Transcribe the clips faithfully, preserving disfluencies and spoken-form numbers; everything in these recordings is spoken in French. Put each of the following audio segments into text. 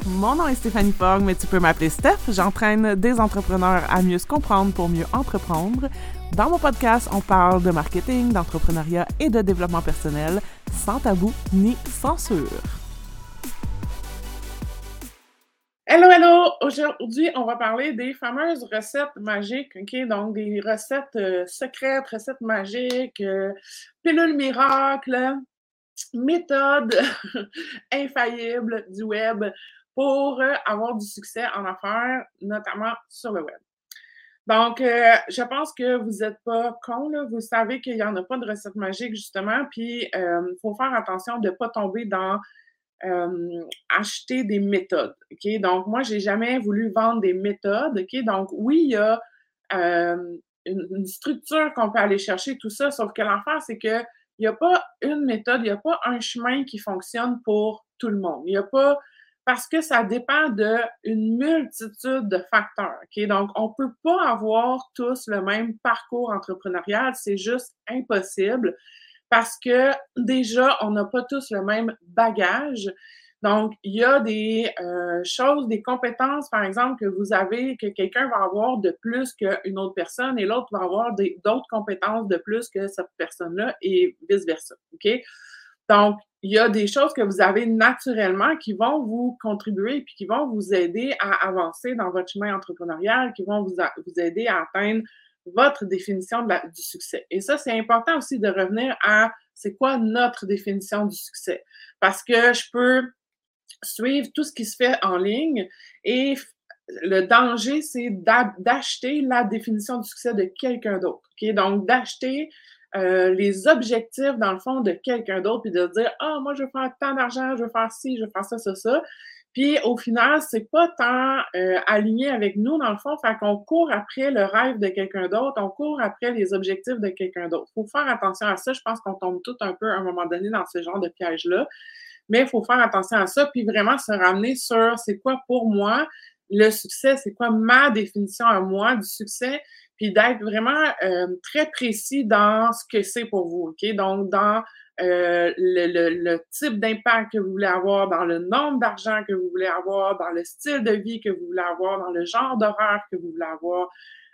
Mon nom est Stéphanie Fogg, mais tu peux m'appeler Steph. J'entraîne des entrepreneurs à mieux se comprendre pour mieux entreprendre. Dans mon podcast, on parle de marketing, d'entrepreneuriat et de développement personnel, sans tabou ni censure. Hello, hello! Aujourd'hui, on va parler des fameuses recettes magiques, OK? Donc, des recettes euh, secrètes, recettes magiques, euh, pilules miracles, méthodes infaillibles du web pour euh, avoir du succès en affaires, notamment sur le web. Donc, euh, je pense que vous n'êtes pas cons, là. Vous savez qu'il n'y en a pas de recette magique, justement, puis il euh, faut faire attention de ne pas tomber dans euh, acheter des méthodes, OK? Donc, moi, j'ai jamais voulu vendre des méthodes, OK? Donc, oui, il y a euh, une, une structure qu'on peut aller chercher, tout ça, sauf que l'affaire, c'est que il n'y a pas une méthode, il n'y a pas un chemin qui fonctionne pour tout le monde. Il n'y a pas parce que ça dépend d'une multitude de facteurs, OK? Donc, on ne peut pas avoir tous le même parcours entrepreneurial, c'est juste impossible parce que déjà, on n'a pas tous le même bagage. Donc, il y a des euh, choses, des compétences, par exemple, que vous avez, que quelqu'un va avoir de plus qu'une autre personne et l'autre va avoir d'autres compétences de plus que cette personne-là et vice-versa, OK? Donc, il y a des choses que vous avez naturellement qui vont vous contribuer puis qui vont vous aider à avancer dans votre chemin entrepreneurial, qui vont vous, a, vous aider à atteindre votre définition de la, du succès. Et ça, c'est important aussi de revenir à c'est quoi notre définition du succès. Parce que je peux suivre tout ce qui se fait en ligne et le danger, c'est d'acheter la définition du succès de quelqu'un d'autre. Okay? Donc, d'acheter euh, les objectifs, dans le fond, de quelqu'un d'autre, puis de dire « Ah, oh, moi, je veux faire tant d'argent, je veux faire ci, je veux faire ça, ça, ça. » Puis, au final, c'est pas tant euh, aligné avec nous, dans le fond, fait qu'on court après le rêve de quelqu'un d'autre, on court après les objectifs de quelqu'un d'autre. Il faut faire attention à ça. Je pense qu'on tombe tout un peu, à un moment donné, dans ce genre de piège-là. Mais il faut faire attention à ça, puis vraiment se ramener sur c'est quoi pour moi le succès, c'est quoi ma définition à moi du succès, puis d'être vraiment euh, très précis dans ce que c'est pour vous, OK? Donc, dans euh, le, le, le type d'impact que vous voulez avoir, dans le nombre d'argent que vous voulez avoir, dans le style de vie que vous voulez avoir, dans le genre d'horaire que vous voulez avoir,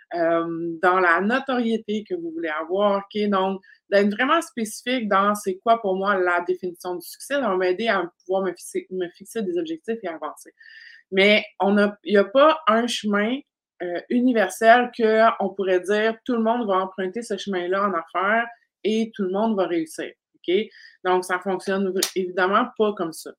euh, dans la notoriété que vous voulez avoir, OK? Donc, d'être vraiment spécifique dans c'est quoi pour moi la définition du succès, ça va m'aider à pouvoir me fixer, me fixer des objectifs et avancer. Mais on a, il n'y a pas un chemin euh, universel qu'on pourrait dire tout le monde va emprunter ce chemin-là en affaires et tout le monde va réussir. OK? Donc, ça fonctionne évidemment pas comme ça.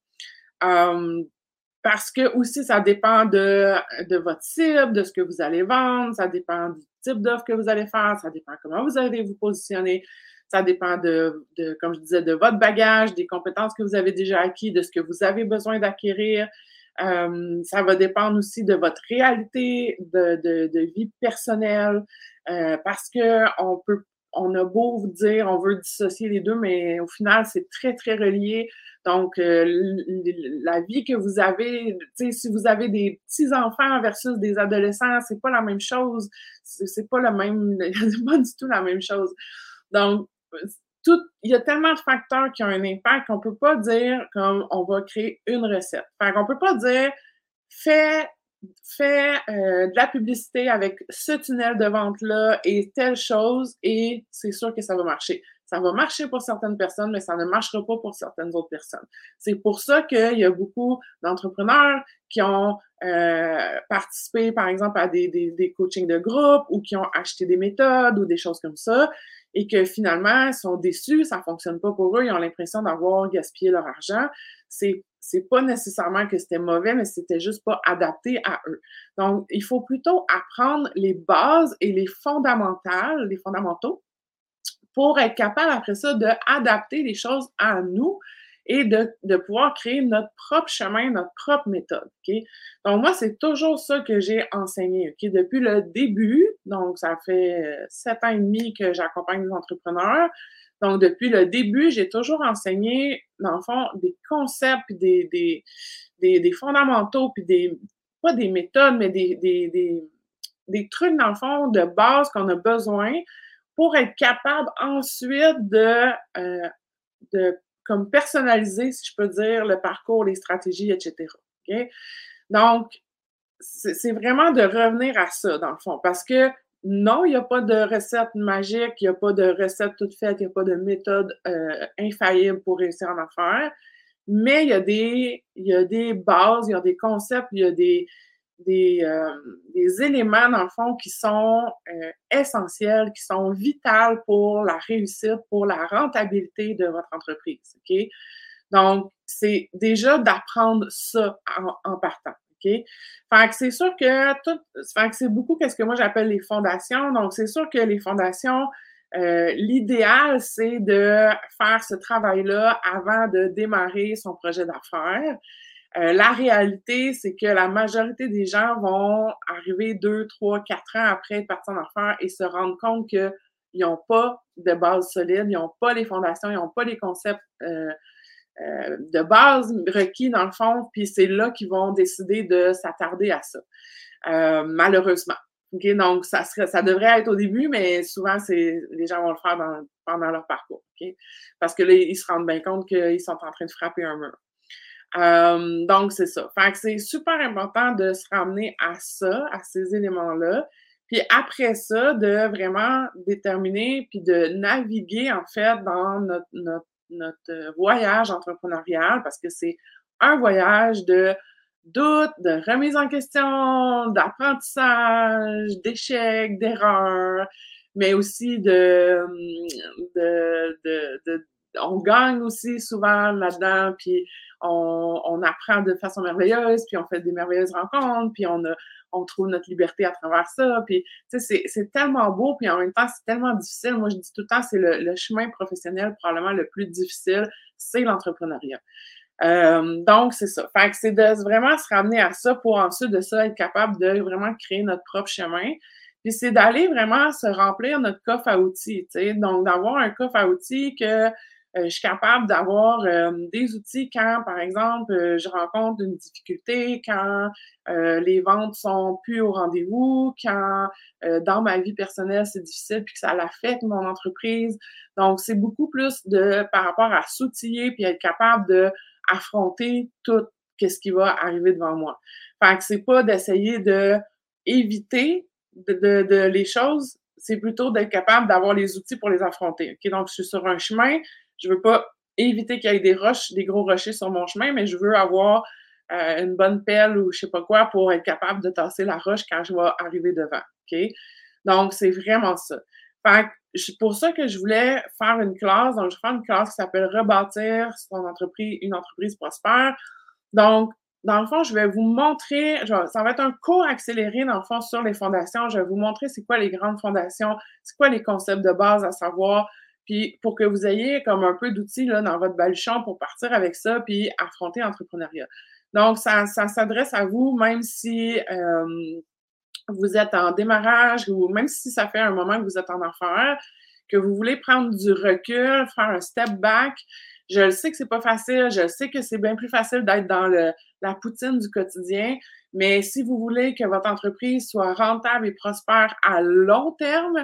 Um, parce que aussi, ça dépend de, de votre cible, de ce que vous allez vendre, ça dépend du type d'offre que vous allez faire, ça dépend comment vous allez vous positionner, ça dépend de, de, comme je disais, de votre bagage, des compétences que vous avez déjà acquis, de ce que vous avez besoin d'acquérir. Euh, ça va dépendre aussi de votre réalité de, de, de vie personnelle, euh, parce que on peut, on a beau vous dire, on veut dissocier les deux, mais au final, c'est très, très relié. Donc, euh, la vie que vous avez, tu sais, si vous avez des petits-enfants versus des adolescents, c'est pas la même chose. C'est, c'est pas le même, c'est pas du tout la même chose. Donc, tout, il y a tellement de facteurs qui ont un impact qu'on peut pas dire comme on va créer une recette. Fait qu'on peut pas dire fais, fais euh, de la publicité avec ce tunnel de vente-là et telle chose et c'est sûr que ça va marcher. Ça va marcher pour certaines personnes, mais ça ne marchera pas pour certaines autres personnes. C'est pour ça qu'il y a beaucoup d'entrepreneurs qui ont euh, participé, par exemple, à des, des, des coachings de groupe ou qui ont acheté des méthodes ou des choses comme ça et que finalement, ils sont déçus, ça fonctionne pas pour eux, ils ont l'impression d'avoir gaspillé leur argent. C'est, c'est pas nécessairement que c'était mauvais, mais c'était juste pas adapté à eux. Donc, il faut plutôt apprendre les bases et les fondamentales, les fondamentaux, pour être capable après ça d'adapter les choses à nous et de, de pouvoir créer notre propre chemin, notre propre méthode. OK? Donc, moi, c'est toujours ça que j'ai enseigné. OK? Depuis le début, donc ça fait sept ans et demi que j'accompagne des entrepreneurs. Donc, depuis le début, j'ai toujours enseigné, dans le fond, des concepts, puis des, des, des, des fondamentaux, puis des, pas des méthodes, mais des, des, des, des trucs, dans le fond, de base qu'on a besoin pour être capable ensuite de, euh, de comme personnaliser, si je peux dire, le parcours, les stratégies, et cetera. OK? Donc, c'est c'est vraiment de revenir à ça, dans le fond, parce que non, il y a pas de recette magique, il y a pas de recette toute faite, il y a pas de méthode, heu, infaillible pour réussir en affaires, mais il y a des il y a des bases, il y a des concepts, il y a des des, hem, des éléments, dans le fond, qui sont, heu, essentiels, qui sont vitales pour la réussite, pour la rentabilité de votre entreprise, OK? Donc, c'est déjà d'apprendre ça en en partant, OK? Fait que c'est sûr que tout fait que c'est beaucoup qu'est-ce que moi j'appelle les fondations. Donc, c'est sûr que les fondations, heu, l'idéal, c'est de faire ce travail-là avant de démarrer son projet d'affaires. Heu, la réalité, c'est que la majorité des gens vont arriver deux, trois, quatre ans après être partis en affaires et se rendre compte qu'ils n'ont pas de base solide, ils n'ont pas les fondations, ils n'ont pas les concepts, heu euh, de base requis dans le fond, puis c'est là qu'ils vont décider de s'attarder à ça, euh, malheureusement. Okay? Donc, ça, serait, ça devrait être au début, mais souvent, c'est, les gens vont le faire dans, pendant leur parcours. Okay? Parce que là, ils se rendent bien compte qu'ils sont en train de frapper un mur. Euh, donc, c'est ça. Fait que c'est super important de se ramener à ça, à ces éléments-là. Puis après ça, de vraiment déterminer puis de naviguer, en fait, dans notre, notre, notre voyage entrepreneurial, parce que c'est un voyage de doute, de remise en question, d'apprentissage, d'échecs, d'erreurs, mais aussi de, de, de, de on gagne aussi souvent là-dedans, puis on, on apprend de façon merveilleuse, puis on fait des merveilleuses rencontres, puis on, a, on trouve notre liberté à travers ça. Puis, tu sais, c'est, c'est tellement beau, puis en même temps, c'est tellement difficile. Moi, je dis tout le temps, c'est le, le chemin professionnel probablement le plus difficile, c'est l'entrepreneuriat. Euh, donc, c'est ça. Fait que c'est de vraiment se ramener à ça pour ensuite de ça être capable de vraiment créer notre propre chemin. Puis c'est d'aller vraiment se remplir notre coffre à outils, tu sais. Donc, d'avoir un coffre à outils que euh, je suis capable d'avoir euh, des outils quand, par exemple, euh, je rencontre une difficulté, quand euh, les ventes sont plus au rendez-vous, quand euh, dans ma vie personnelle, c'est difficile puis que ça l'affecte mon entreprise. Donc, c'est beaucoup plus de par rapport à s'outiller puis être capable de affronter tout ce qui va arriver devant moi. Fait que c'est pas d'essayer de éviter de, de, de les choses, c'est plutôt d'être capable d'avoir les outils pour les affronter. Okay? Donc, je suis sur un chemin, je veux pas éviter qu'il y ait des roches, des gros rochers sur mon chemin, mais je veux avoir euh, une bonne pelle ou je sais pas quoi pour être capable de tasser la roche quand je vais arriver devant. Okay? Donc, c'est vraiment ça. Fait que c'est pour ça que je voulais faire une classe. Donc, je vais faire une classe qui s'appelle Rebâtir son entreprise, une entreprise prospère. Donc, dans le fond, je vais vous montrer, genre, ça va être un cours accéléré, dans le fond, sur les fondations. Je vais vous montrer c'est quoi les grandes fondations, c'est quoi les concepts de base à savoir, puis pour que vous ayez comme un peu d'outils là, dans votre baluchon pour partir avec ça, puis affronter l'entrepreneuriat. Donc, ça, ça s'adresse à vous, même si euh, vous êtes en démarrage ou même si ça fait un moment que vous êtes en affaires, que vous voulez prendre du recul, faire un step back. Je le sais que c'est pas facile, je sais que c'est bien plus facile d'être dans le, la poutine du quotidien, mais si vous voulez que votre entreprise soit rentable et prospère à long terme,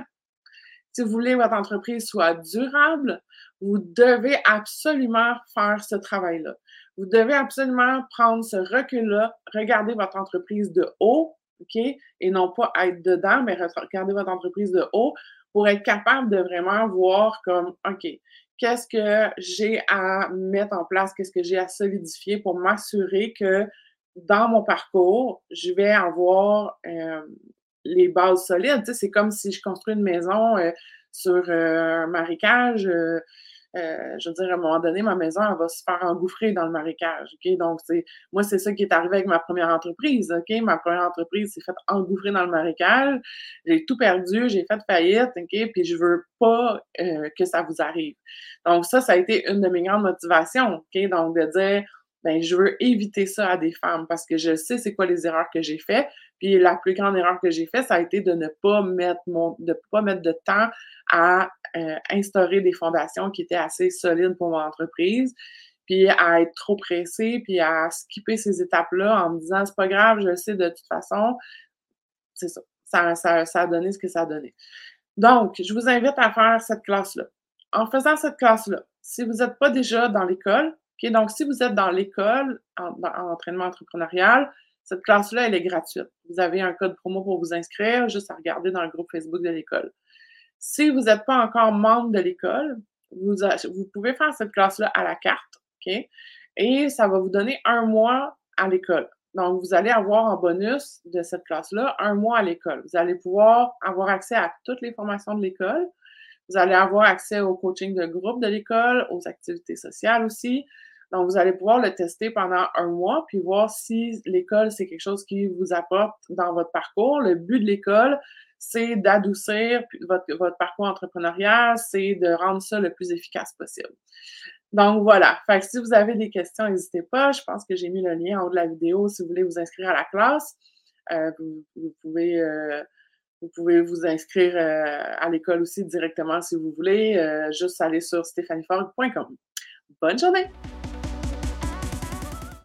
si vous voulez que votre entreprise soit durable, vous devez absolument faire ce travail-là. Vous devez absolument prendre ce recul-là, regarder votre entreprise de haut, OK? Et non pas être dedans, mais regarder votre entreprise de haut pour être capable de vraiment voir comme, OK, qu'est-ce que j'ai à mettre en place, qu'est-ce que j'ai à solidifier pour m'assurer que dans mon parcours, je vais avoir euh, les bases solides. Tu sais, c'est comme si je construis une maison euh, sur euh, un marécage. Euh, euh, je veux dire, à un moment donné, ma maison, elle va se faire engouffrer dans le marécage. OK? Donc, c'est, moi, c'est ça qui est arrivé avec ma première entreprise. OK? Ma première entreprise s'est faite engouffrer dans le marécage. J'ai tout perdu, j'ai fait faillite. OK? Puis, je veux pas euh, que ça vous arrive. Donc, ça, ça a été une de mes grandes motivations. OK? Donc, de dire, ben, je veux éviter ça à des femmes parce que je sais c'est quoi les erreurs que j'ai faites. Puis la plus grande erreur que j'ai faite, ça a été de ne pas mettre mon, de pas mettre de temps à euh, instaurer des fondations qui étaient assez solides pour mon entreprise, puis à être trop pressée, puis à skipper ces étapes-là en me disant c'est pas grave, je le sais de toute façon. C'est ça. Ça, ça, ça a donné ce que ça a donné. Donc, je vous invite à faire cette classe-là. En faisant cette classe-là, si vous n'êtes pas déjà dans l'école, OK? Donc, si vous êtes dans l'école, en, dans- en entraînement entrepreneurial, cette classe-là, elle est gratuite. Vous avez un code promo pour vous inscrire, juste à regarder dans le groupe Facebook de l'école. Si vous n'êtes pas encore membre de l'école, vous, vous pouvez faire cette classe-là à la carte, OK? Et ça va vous donner un mois à l'école. Donc, vous allez avoir en bonus de cette classe-là un mois à l'école. Vous allez pouvoir avoir accès à toutes les formations de l'école. Vous allez avoir accès au coaching de groupe de l'école, aux activités sociales aussi. Donc, vous allez pouvoir le tester pendant un mois, puis voir si l'école, c'est quelque chose qui vous apporte dans votre parcours. Le but de l'école, c'est d'adoucir votre, votre parcours entrepreneurial, c'est de rendre ça le plus efficace possible. Donc, voilà. Fait que si vous avez des questions, n'hésitez pas. Je pense que j'ai mis le lien en haut de la vidéo si vous voulez vous inscrire à la classe. Euh, vous, vous, pouvez, euh, vous pouvez vous inscrire euh, à l'école aussi directement si vous voulez. Euh, juste aller sur stéphanie forgue point com. Bonne journée!